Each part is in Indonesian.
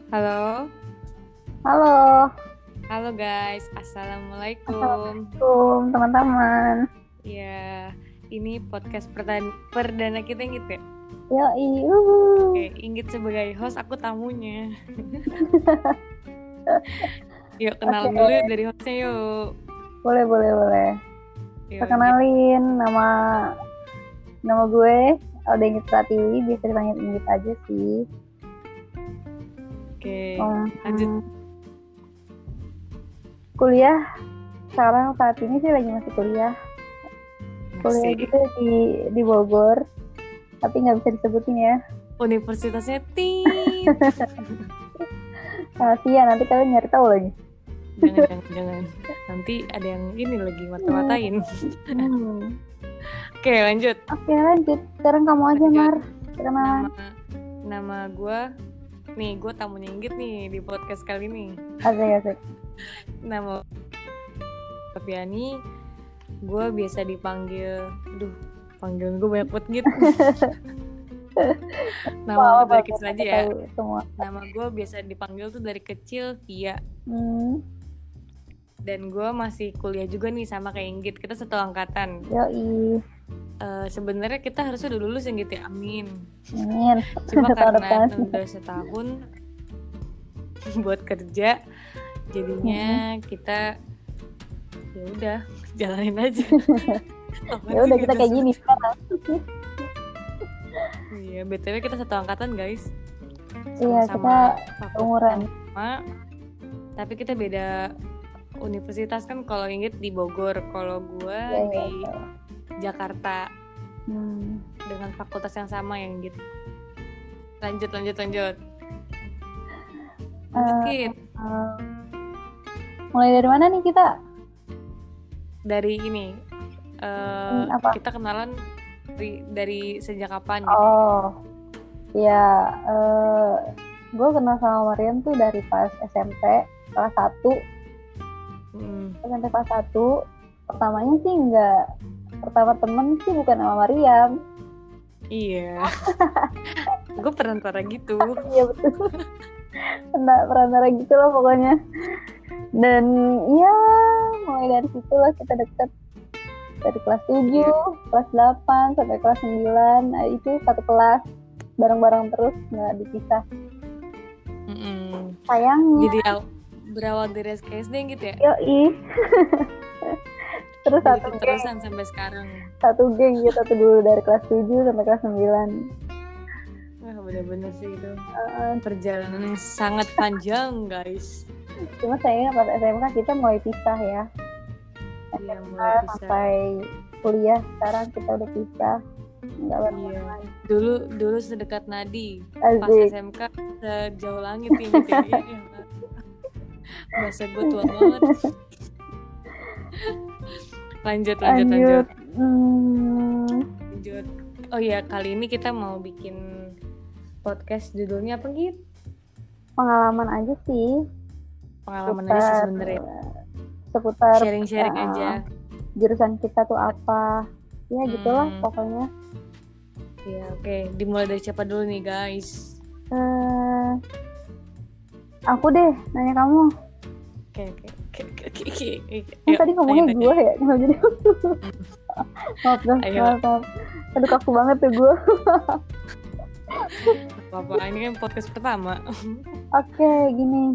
Halo, Halo, halo guys, assalamualaikum. assalamualaikum teman-teman. Ya, ini podcast perdana kita Inggit ya. Yoi, Oke, Inggit sebagai host, aku tamunya. Yuk kenalan dulu yuk dari hostnya yuk. boleh. Yuk, Perkenalin, nama gue Alda Inggit Pratiwi, biasa dipanggil Inggit aja sih. Oke, lanjut. Kuliah sekarang saat ini sih masih kuliah. Kuliah Masih. gitu di Bogor, tapi nggak bisa disebutin ya. Universitasnya Tit. Rahasia, nanti kalian nyari tahu lagi. Jangan. Nanti ada yang ini lagi mata-matain. Hmm. Oke, lanjut. Oke, lanjut. Sekarang kamu aja, Lanjut. Mar. Perkenalan. Nama gue, gue tamunya Inggit nih di podcast kali ini. Asik. Nama Sofiani, gue biasa dipanggil, panggilan gue banyak banget gitu. Nama dari kecil aja ya. Semua. Nama gue biasa dipanggil tuh dari kecil Via. Dan gue masih kuliah juga nih sama kayak Inggit. Kita satu angkatan. Yoi. Sebenarnya kita harusnya udah lulus ya gitu ya. Amin. Tahun Cuma karena depan. udah setahun buat kerja, jadinya kita ya udah jalanin aja. Ya udah kita kayak gini sekarang. Iya, BTW kita satu angkatan guys. Iya, Sama kita umuran. sama, tapi kita beda universitas kan. Kalau Inggit di Bogor, kalau gue di Jakarta. Dengan fakultas yang sama yang gitu. Lanjut. Kit. Mulai dari mana nih kita? Dari ini. Apa? Kita kenalan dari sejak kapan gitu? Oh, ya, gue kenal sama Mariam tuh dari pas SMP kelas 1. SMP kelas 1. Pertamanya sih pertama temen sih bukan sama Mariam. Iya. Gue perantara gitu. Iya betul. Perantara gitu lah pokoknya. Dan ya mulai dari situ lah kita deket. Dari kelas 7, kelas 8, sampai kelas 9. Nah, itu satu kelas. Bareng-bareng terus, gak dipisah. Sayangnya. Jadi berawal dari SKSD gitu ya? Yoi. Terus satu terusan sampai sekarang. Satu geng gitu, satu dulu dari kelas 7 sampai kelas 9. Wah, bener-bener sih itu. Perjalanan yang sangat panjang, guys. Cuma sayangnya pas SMK kita mulai pisah ya. Iya, mulai pisah. Sampai kuliah sekarang kita udah pisah. Enggak bareng lagi. Dulu sedekat nadi. Asik. Pas SMK sejauh langit ini kayaknya. Bahasa gue tua banget. Lanjut. Oh iya, kali ini kita mau bikin podcast, judulnya apa gitu? Pengalaman aja sih. Pengalaman aja sih sebenarnya. Seputar sharing aja. Jurusan kita tuh apa? Ya gitulah pokoknya. Ya oke. Dimulai dari siapa dulu nih guys? Aku deh, nanya kamu. Oke. Tadi ngomongnya gue ya, nggak jadi. Maaf. Aduh kaku banget tuh gue. Apa ini kan podcast pertama. Oke, gini.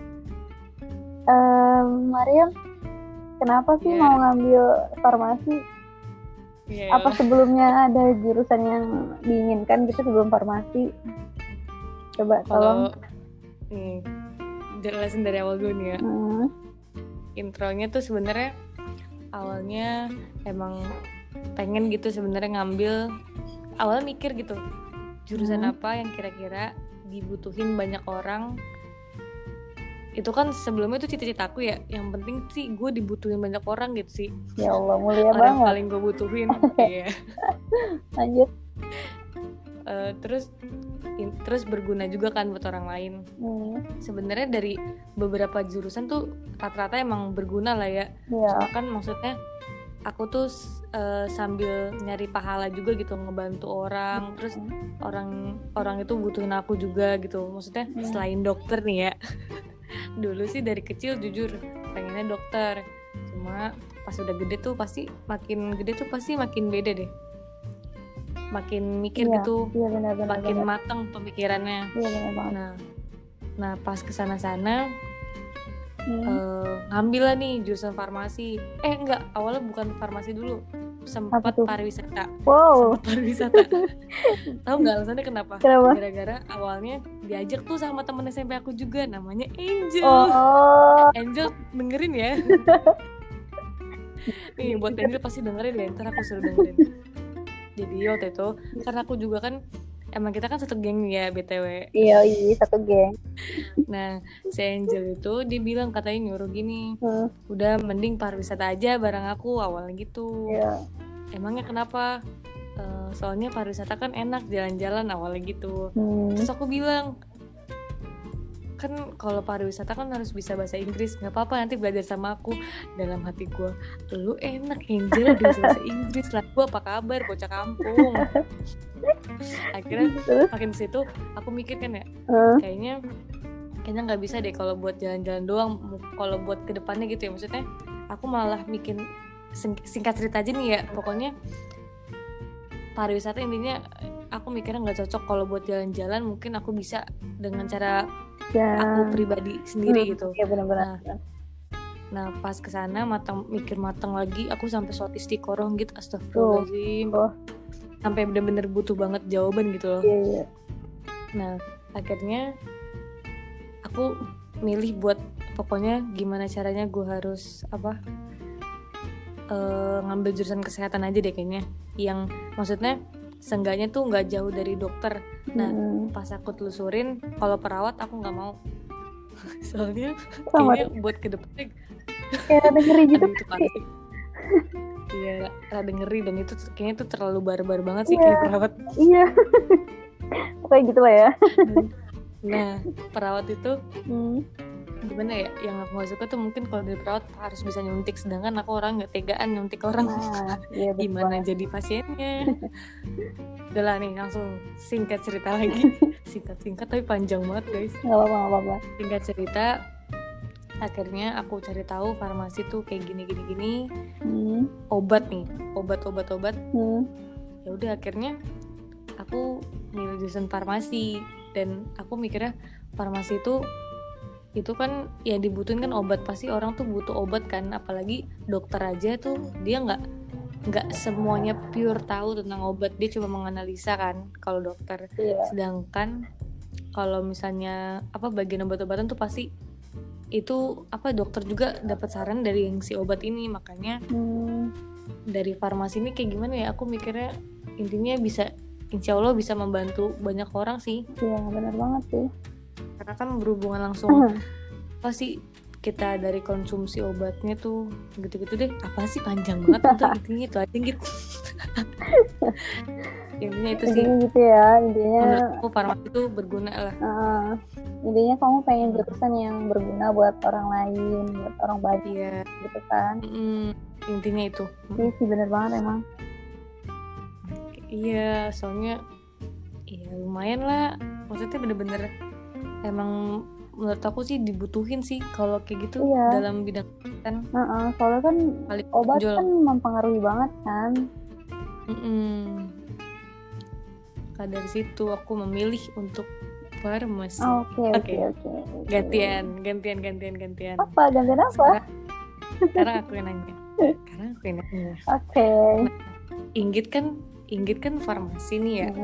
Mariam, kenapa sih mau ngambil farmasi? Apa sebelumnya ada jurusan yang diinginkan gitu sebelum farmasi? Coba tolong. Nih, jelasin dari awal dulu nih ya. Intronya tuh sebenarnya awalnya emang pengen gitu sebenarnya ngambil. Awalnya mikir gitu, jurusan apa yang kira-kira dibutuhin banyak orang. Itu kan sebelumnya tuh cita-citaku ya, yang penting sih gue dibutuhin banyak orang gitu sih. Ya Allah, mulia orang banget. paling gue butuhin. Iya. Lanjut. Terus berguna juga kan buat orang lain. Sebenarnya dari beberapa jurusan tuh rata-rata emang berguna lah ya. Cuma kan maksudnya aku tuh sambil nyari pahala juga gitu, ngebantu orang, terus orang itu butuhin aku juga gitu. Maksudnya selain dokter nih ya, dulu sih dari kecil jujur pengennya dokter, cuma pas udah gede tuh pasti makin beda deh, makin mikir gitu, benar, makin benar. matang pemikirannya. Iya benar banget. Nah pas kesana-sana ngambil lah nih jurusan farmasi. Enggak, awalnya bukan farmasi dulu, sempat pariwisata. Wow. Sempat pariwisata. Tahu nggak alasannya kenapa? Gara-gara awalnya diajak tuh sama temen SMP aku juga, namanya Angel. Angel dengerin ya. Nih buat Angel pasti dengerin ya, ntar aku suruh dengerin. Jadi waktu itu karena aku juga kan emang kita kan satu geng ya BTW. Iya satu geng. Nah si Angel itu dia bilang, katanya nyuruh gini, udah mending pariwisata aja bareng aku awalnya gitu. Emangnya kenapa? Soalnya pariwisata kan enak jalan-jalan awalnya gitu. Terus aku bilang, kan kalau pariwisata kan harus bisa bahasa Inggris, nggak apa-apa nanti belajar sama aku. Dalam hati gue, lu enak Angel bisa bahasa Inggris lah, gue apa kabar bocah kampung. Akhirnya makin situ aku mikir kan ya, kayaknya nggak bisa deh kalau buat jalan-jalan doang. Kalau buat kedepannya gitu ya, maksudnya aku malah bikin singkat cerita aja nih ya, pokoknya pariwisata intinya aku mikirnya nggak cocok. Kalau buat jalan-jalan mungkin aku bisa dengan cara aku pribadi sendiri gitu. Benar-benar. Nah pas kesana mikir matang lagi, aku sampai sholat istiqoroh gitu, astagfirullahaladzim, sampai bener-bener butuh banget jawaban gitu loh. Nah akhirnya aku milih buat pokoknya gimana caranya gue harus ngambil jurusan kesehatan aja deh kayaknya, yang maksudnya seenggaknya tuh nggak jauh dari dokter. Nah pas aku telusurin kalau perawat aku nggak mau. Soalnya kayaknya buat kedepannya kayak rada ngeri gitu. Aduh, itu pasti. Iya rada ngeri, dan itu kayaknya tuh terlalu barbar banget sih kayak perawat. Iya kayak gitu lah ya. Nah perawat itu gimana ya, yang aku gak suka tuh mungkin kalau dari perawat harus bisa nyuntik, sedangkan aku orang gak tegaan nyuntik orang. Gimana jadi pasiennya. Udah lah nih langsung singkat cerita lagi. Singkat tapi panjang banget guys. Gak apa-apa. Singkat cerita, akhirnya aku cari tahu farmasi tuh kayak gini. Obat. Ya udah akhirnya aku milih jurusan farmasi, dan aku mikirnya farmasi itu kan ya dibutuhin kan obat, pasti orang tuh butuh obat kan, apalagi dokter aja tuh dia nggak semuanya pure tahu tentang obat, dia cuma menganalisa kan kalau dokter. Sedangkan kalau misalnya bagian obat-obatan tuh pasti itu dokter juga dapat saran dari yang si obat ini. Makanya dari farmasi ini kayak gimana ya, aku mikirnya intinya bisa, insya Allah bisa membantu banyak orang sih. Iya benar banget sih, karena kan berhubungan langsung pasti kita dari konsumsi obatnya tuh gitu-gitu deh. Apa sih panjang banget tuh intinya itu aja gitu. Intinya itu sih gitu ya. Intinya menurut aku farmasi itu berguna lah. Intinya kamu pengen jurusan yang berguna buat orang lain, buat orang banyak gitu kan. Intinya itu. Iya sih benar banget emang. Iya soalnya ya lumayan lah, maksudnya bener-bener emang menurut aku sih dibutuhin sih kalau kayak gitu dalam bidang kan. Soalnya kan obat kan mempengaruhi banget kan. Dari situ aku memilih untuk farmasi. Oke. Gantian. Apa? Gantian apa? Sekarang aku yang nanya. Oke. Nah, Inggit kan farmasi nih ya.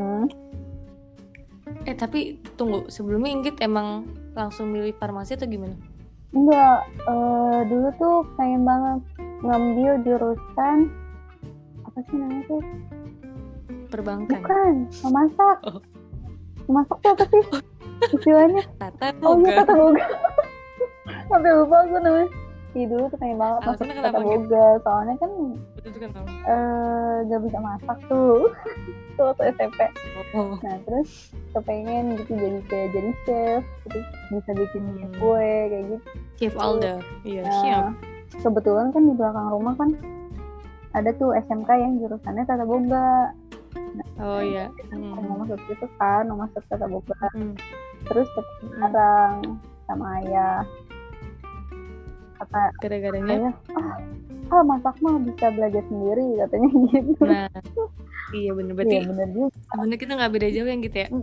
Tapi tunggu, sebelumnya Inggit emang langsung milih farmasi atau gimana? Enggak, dulu tuh pengen banget ngambil jurusan apa sih namanya tuh? Perbankan. Bukan, memasak. Memasak tuh apa sih istilahnya? Tata boga. Sampai lupa aku namanya. Dulu tuh pengen banget masuk tata boga, soalnya kan gak bisa masak tuh waktu SMP. Nah terus kepengen gitu jadi chef, terus bisa bikin kue kayak gitu. Chef Alda, iya. Nah, kebetulan kan di belakang rumah kan ada tuh SMK yang jurusannya tata boga. Oh iya. Aku mau masuk itu kan, mau masuk tata boga. Terus bareng sama ayah. Kata gara-garanya masak mah bisa belajar sendiri katanya gitu. Nah, iya bener, berarti iya, bener juga. Sebenarnya kita nggak beda jauh yang gitu ya.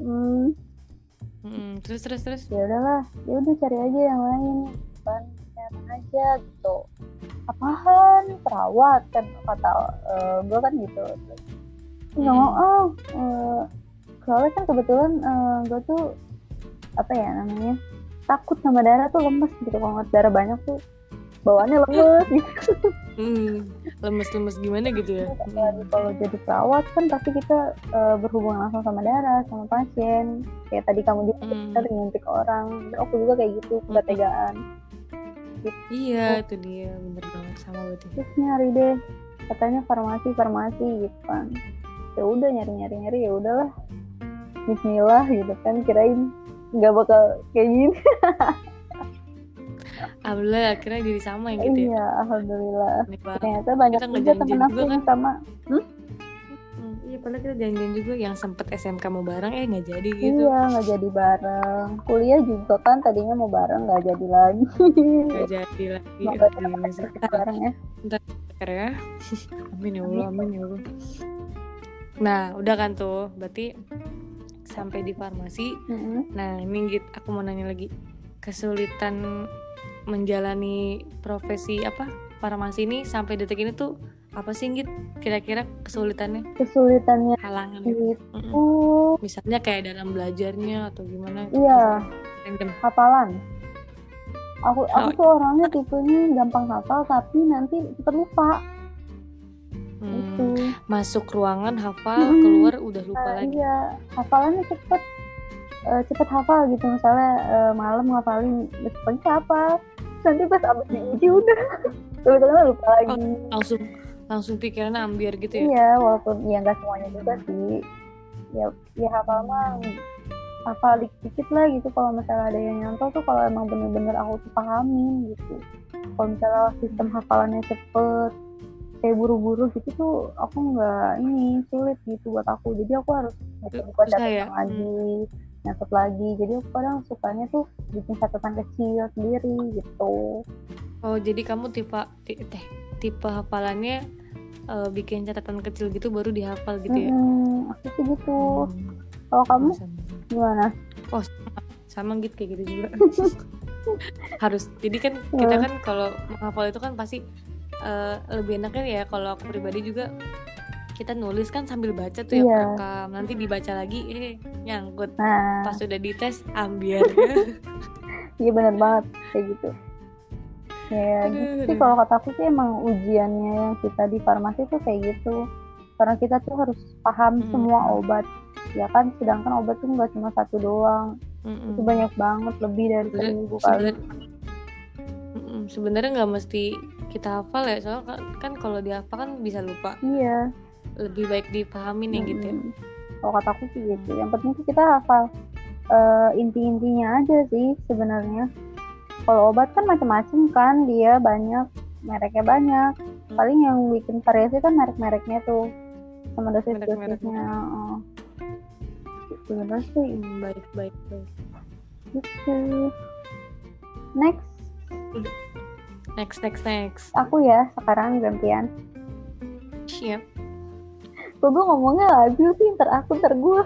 Terus ya udahlah, ya udah cari aja yang lain, kan kesehatan aja gitu. Apaan perawat kan kata gue kan gitu. Nggak mau soalnya kan kebetulan gue tuh apa ya namanya, takut sama darah tuh, lemes gitu. Kalau ngeliat darah banyak tuh bawaannya lemes gitu. Lemes gimana gitu ya. Kalau jadi perawat kan pasti kita berhubungan langsung sama darah, sama pasien. Kayak tadi kamu juga kita nyuntik orang, aku juga kayak gitu, ketegaan gitu. Iya itu dia, bener banget sama berarti. Terus nyari deh, katanya farmasi gitu kan. Ya udah nyari ya udahlah, bismillah gitu kan, kirain nggak bakal kayak gini. Alhamdulillah akhirnya jadi sama yang gitu ya. Iya, alhamdulillah. Ternyata banyak juga temen aku yang sama. Iya, padahal kita janjian juga yang sempet SMK mau bareng, nggak jadi gitu. Iya, nggak jadi bareng. Kuliah juga kan tadinya mau bareng, nggak jadi lagi. Nggak jadi lagi. Bareng ya. Ntar ya. Amin ya Allah, amin ya Allah. Nah, udah kan tuh, berarti sampai di farmasi. Nah, ini Git, aku mau nanya lagi. Kesulitan menjalani profesi farmasi ini sampai detik ini tuh apa sih Git? Kira-kira kesulitannya? Halangan gitu. Misalnya kayak dalam belajarnya atau gimana? Iya. Hafalan. Aku tuh orangnya tipenya gampang hafal tapi nanti cepet lupa. Itu. Masuk ruangan hafal, keluar udah lupa lagi. Iya, hafalannya cepet hafal gitu. Misalnya malam ngafalin besoknya apa, nanti pas abis diuji udah sebetulnya lupa lagi. Langsung pikirannya ambiar gitu ya. Iya, walaupun ya nggak semuanya juga sih. Ya hafal mah hafal dikit lah gitu. Kalau misalnya ada yang nyantol tuh, kalau emang bener-bener aku tuh pahamin gitu. Kalau misalnya sistem hafalannya cepet, kayak buru-buru gitu tuh aku nggak sulit gitu buat aku. Jadi aku harus buka catatan lagi, nyatet lagi. Jadi aku kadang sukanya tuh bikin catatan kecil sendiri gitu. Oh, jadi kamu tipe hafalannya bikin catatan kecil gitu baru dihafal gitu ya? Aku sih gitu. Kalau kamu gimana? Oh, sama gitu, kayak gitu juga. Harus. Jadi kan kita kan kalau menghafal itu kan pasti lebih enaknya ya, kalau aku pribadi juga kita nulis kan sambil baca tuh ya, rekam, nanti dibaca lagi nyangkut. Pas sudah dites ambiar. Iya benar banget kayak gitu. Ya gitu sih kalau kata aku sih, emang ujiannya yang kita di farmasi tuh kayak gitu. Karena kita tuh harus paham semua obat, ya kan, sedangkan obat tuh nggak cuma satu doang. Itu banyak banget, lebih dari 1000 kali. Sebenarnya nggak mesti kita hafal ya, soalnya kan kalau dihafal kan bisa lupa. Iya. Lebih baik dipahamin ya gitu ya. Kalau kata aku sih gitu. Yang penting sih kita hafal inti-intinya aja sih sebenarnya. Kalau obat kan macam-macam kan, dia banyak, mereknya banyak. Paling yang bikin variasi kan merek-mereknya tuh, sama dosis-dosisnya. Sebenarnya sih baik. Gitu. Next. Aku ya sekarang gantian. Siap. Gue ngomongnya lagi sih, ntar gue.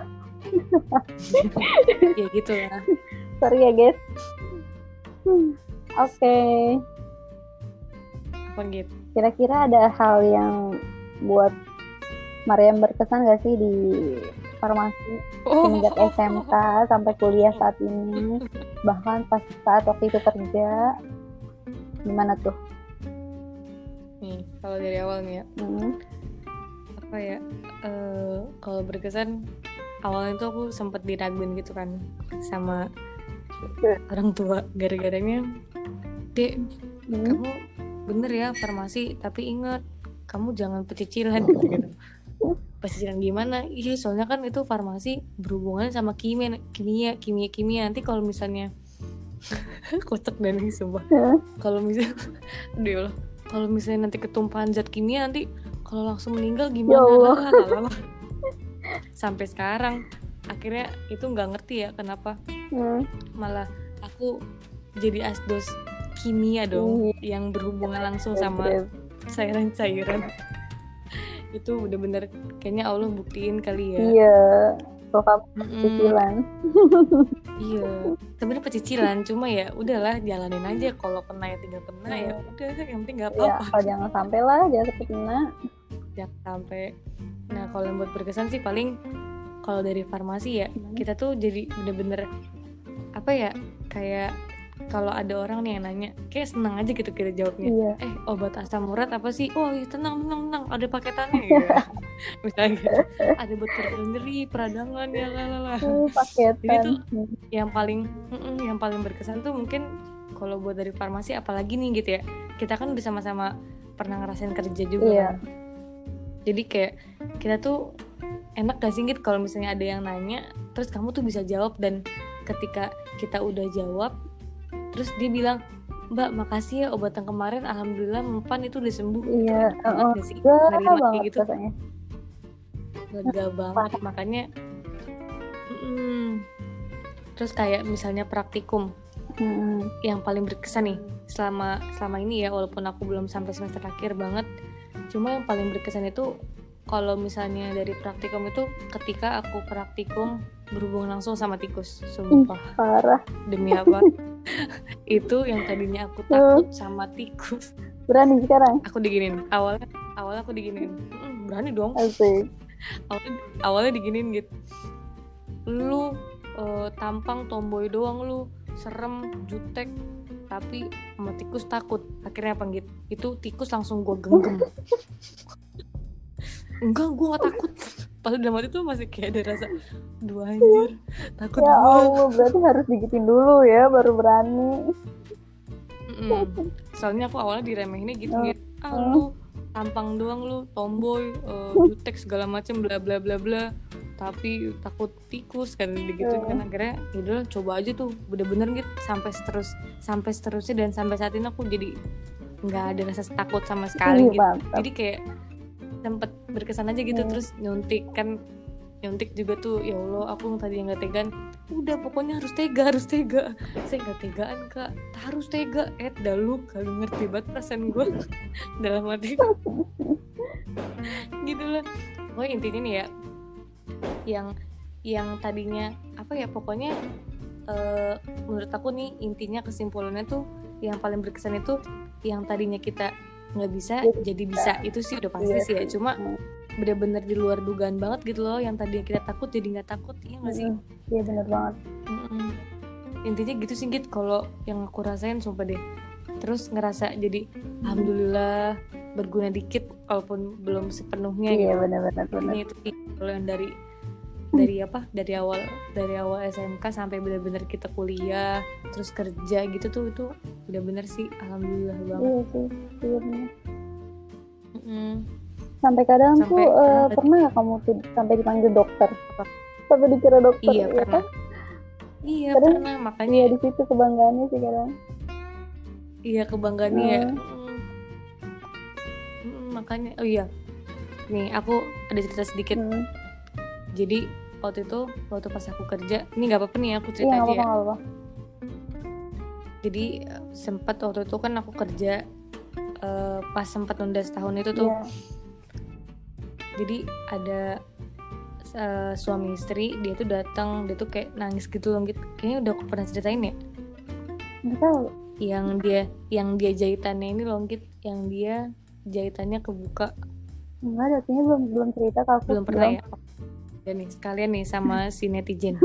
Ya gitu lah. Sorry ya guys. Oke. Apa gitu? Kira-kira ada hal yang buat Mariam berkesan gak sih di farmasi semenjak SMK sampai kuliah saat ini, bahkan pas saat waktu itu kerja? Gimana tuh? Nih, kalau dari awal nih ya. Apa ya? Kalau berkesan, awalnya tuh aku sempet diraguin gitu kan sama orang tua, gara-garanya, Dek, kamu bener ya farmasi, tapi ingat kamu jangan pecicilan gitu. Pecicilan gimana? Iya, soalnya kan itu farmasi berhubungan sama kimia. Nanti kalau misalnya kocak dan ini sumpah. Kalau misalnya, aduh, kalau misalnya nanti ketumpahan zat kimia, nanti kalau langsung meninggal Ya gimana? Allah. Lah. Sampai sekarang akhirnya itu nggak ngerti ya kenapa malah aku jadi asdos kimia dong, yang berhubungan langsung sama cairan-cairan. Itu bener-bener kayaknya Allah buktiin kali ya. Iya, kalau kamu pecicilan. Iya, sebenarnya pecicilan, cuma ya udahlah jalanin aja. Kalau kena ya tinggal kena, ya udah, yang penting nggak apa-apa. Ya, kalau jangan sampai lah, jangan sampai kena. Jangan sampai. Nah, kalau yang buat berkesan sih paling kalau dari farmasi ya, kita tuh jadi bener-bener apa ya, kayak kalau ada orang nih yang nanya, kayak seneng aja gitu kita jawabnya. Iya. Obat asam urat apa sih? Oh iya, tenang, ada paketannya ya. Misalnya gitu. Ada buat nyeri, peradangan ya lalala. Paketan. Jadi tuh yang paling berkesan tuh mungkin kalau buat dari farmasi, apalagi nih gitu ya. Kita kan udah sama-sama pernah ngerasain kerja juga. Iya. Kan? Jadi kayak kita tuh enak gak sih gitu kalau misalnya ada yang nanya, terus kamu tuh bisa jawab, dan ketika kita udah jawab, terus dia bilang, Mbak makasih ya obat yang kemarin, alhamdulillah mempan itu udah sembuh. Iya. Banget gak sih? Lega banget gitu. Rasanya. Lega banget, makanya terus kayak misalnya praktikum yang paling berkesan nih selama ini ya, walaupun aku belum sampai semester akhir banget, cuma yang paling berkesan itu kalau misalnya dari praktikum itu ketika aku praktikum berhubungan langsung sama tikus, sumpah. Parah. Demi apa? Itu yang tadinya aku takut sama tikus. Berani sekarang? Aku diginin. Awalnya aku diginin. Berani dong. Asik. Awalnya diginin gitu. Lu tampang tomboy doang, lu serem, jutek, tapi sama tikus takut. Akhirnya apa gitu? Itu tikus langsung gue genggam. Enggak, gue gak takut. Pas dalam hati tuh masih kayak ada rasa, duh anjir, takut ya gue. Allah, berarti harus digituin dulu ya, baru berani. Soalnya aku awalnya diremehinnya gitu. Lu tampang doang, lu tomboy, jutek segala macem, bla bla bla bla, tapi takut tikus kan gitu. Kan akhirnya yaudah coba aja tuh, bener-bener gitu sampai seterusnya, dan sampai saat ini aku jadi nggak ada rasa takut sama sekali gitu. Jadi kayak sempet berkesan aja gitu. Terus nyuntik juga tuh, ya Allah, aku tadi yang nggak tegaan, udah pokoknya harus tega. Saya nggak tegaan kak, harus tega. Dah lu kali ngerti banget perasaan gue dalam hati gitu lah. Pokoknya intinya nih ya, yang tadinya apa ya, pokoknya menurut aku nih intinya kesimpulannya tuh yang paling berkesan itu yang tadinya kita nggak bisa jadi bisa. Itu sih udah pasti sih ya, cuma bener-bener di luar dugaan banget gitu loh. Yang tadinya kita takut jadi nggak takut, iya nggak sih? Iya benar banget. Intinya gitu sih gitu kalau yang aku rasain, sumpah deh. Terus ngerasa jadi alhamdulillah berguna dikit walaupun belum sepenuhnya. Iya benar-benar. Intinya itu kalau yang dari awal SMK sampai benar-benar kita kuliah terus kerja gitu tuh, itu benar-benar sih alhamdulillah banget. Iya sih, iya benar. Sampai kadang tuh pernah nggak kamu tuh sampai dipanggil dokter? Sampai dikira dokter? Iya pernah. Kan? Iya kadang, pernah, makanya. Iya di situ kebanggaannya sih kadang. Iya kebanggaannya ya. Makanya, oh iya, nih aku ada cerita sedikit. Jadi waktu pas aku kerja, ini nggak apa-apa nih aku cerita aja ya. Apa-apa. Jadi sempat waktu itu kan aku kerja pas sempat nunda setahun itu tuh. Jadi ada suami istri, dia tuh datang, dia tuh kayak nangis gitu loh gitu. Kayaknya udah aku pernah ceritain ya. Nggak tahu. Yang dia jahitannya ini loh gitu, yang dia jahitannya kebuka. Enggak ada, kayaknya belum cerita ke aku. Belum pernah ya. Dan nih sekalian nih sama si netizen.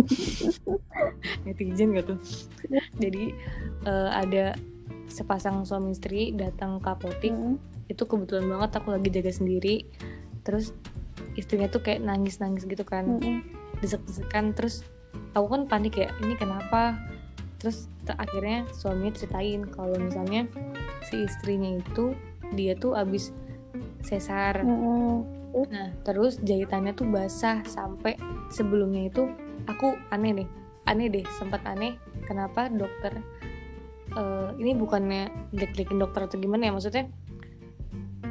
Netizen gak tuh? Jadi ada sepasang suami istri datang ke apotik. Itu kebetulan banget aku lagi jaga sendiri. Terus istrinya tuh kayak nangis gitu kan. Desek-desekan. Terus aku kan panik ya, ini kenapa? Terus akhirnya suaminya ceritain kalau misalnya si istrinya itu dia tuh abis sesar. Nah terus jahitannya tuh basah sampai sebelumnya itu aku aneh deh, sempat aneh kenapa dokter ini bukannya jelek-jelekin dokter atau gimana ya, maksudnya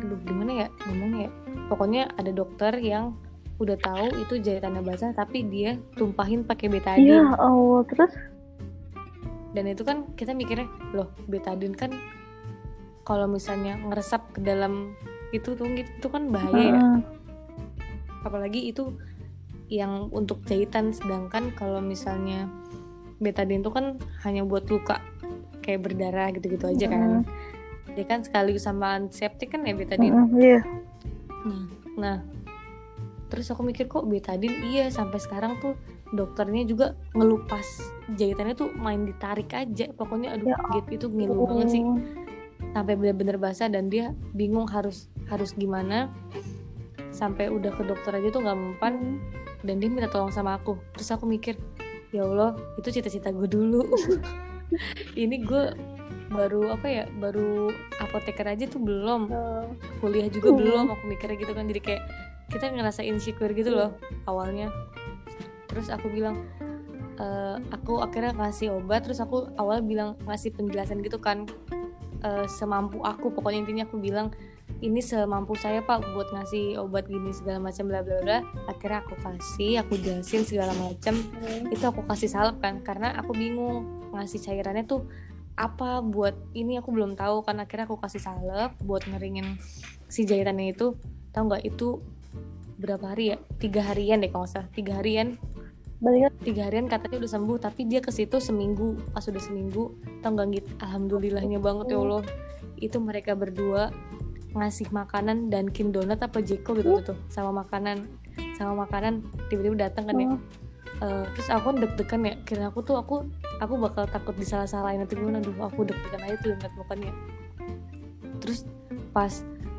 aduh gimana ya ngomongnya ya, pokoknya ada dokter yang udah tahu itu jahitannya basah tapi dia tumpahin pakai betadine. Iya Allah, terus Dan itu kan kita mikirnya, loh betadine kan kalau misalnya ngeresap ke dalam itu tuh itu kan bahaya ya. Apalagi itu yang untuk jahitan, sedangkan kalau misalnya betadine itu kan hanya buat luka kayak berdarah gitu-gitu aja kan. Dia kan sekaligus sama antiseptik kan ya betadine. Iya. Nah, terus aku mikir kok betadine iya sampai sekarang tuh dokternya juga ngelupas jahitannya tuh main ditarik aja. Pokoknya aduh gitu itu ngilu banget sih. Sampai benar-benar basah dan dia bingung harus gimana. Sampai udah ke dokter aja tuh nggak mempan dan dia minta tolong sama aku. Terus aku mikir, ya Allah itu cita-cita gue dulu. Ini gue baru apoteker aja tuh belum, kuliah juga belum, aku mikirnya gitu kan. Jadi kayak kita ngerasa insecure gitu loh awalnya. Terus aku bilang aku akhirnya ngasih obat. Terus aku awalnya bilang ngasih penjelasan gitu kan, semampu aku. Pokoknya intinya aku bilang ini semampu saya Pak buat ngasih obat gini segala macam bla bla bla. Akhirnya aku jelasin segala macam. Itu aku kasih salep kan, karena aku bingung ngasih cairannya tuh apa buat ini, aku belum tahu kan. Akhirnya aku kasih salep buat ngeringin si jahitannya itu. Tahu nggak itu berapa hari ya? 3 harian deh kalau nggak salah. 3 harian. 3 harian katanya udah sembuh, tapi dia ke situ seminggu. Pas udah seminggu, tahu nggak gitu? Alhamdulillahnya banget ya Allah. Itu mereka berdua ngasih makanan Dunkin Donut apa Jeko gitu tuh sama makanan tiba-tiba datang kan ya. Terus aku deg-degan ya, kira aku bakal takut disalah-salahin nanti gimana. Aduh aku deg-degan aja tuh lihat mukanya. Terus pas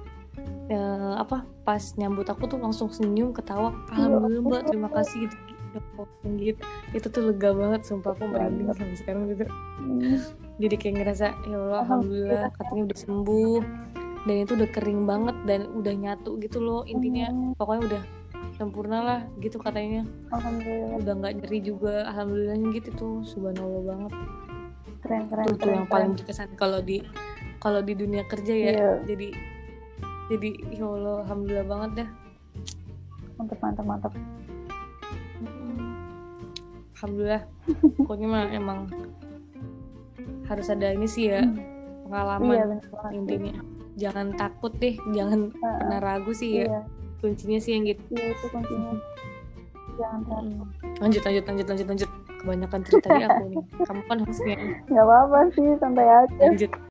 nyambut aku tuh langsung senyum ketawa, alhamdulillah Mbak terima kasih gitu. Itu tuh lega banget sumpah, aku merinding sampai sekarang gitu. Jadi kayak ngerasa ya Allah alhamdulillah katanya udah sembuh dan itu udah kering banget dan udah nyatu gitu loh intinya. Pokoknya udah sempurna lah gitu katanya. Alhamdulillah. Udah nggak nyeri juga, alhamdulillah gitu tuh, subhanallah banget. Keren. Itu yang paling berkesan kalau di dunia kerja ya. Yeah. Jadi ya Allah alhamdulillah banget dah. Mantap. Alhamdulillah. Pokoknya mah emang harus ada ini sih ya, pengalaman. Iya, intinya. Jangan takut deh, jangan pernah ragu sih ya. Kuncinya sih yang gitu. Iya itu kuncinya. Jangan takut. Lanjut. Kebanyakan cerita di aku nih. Kamu kan hostnya. Gak apa-apa sih, santai aja. Lanjut.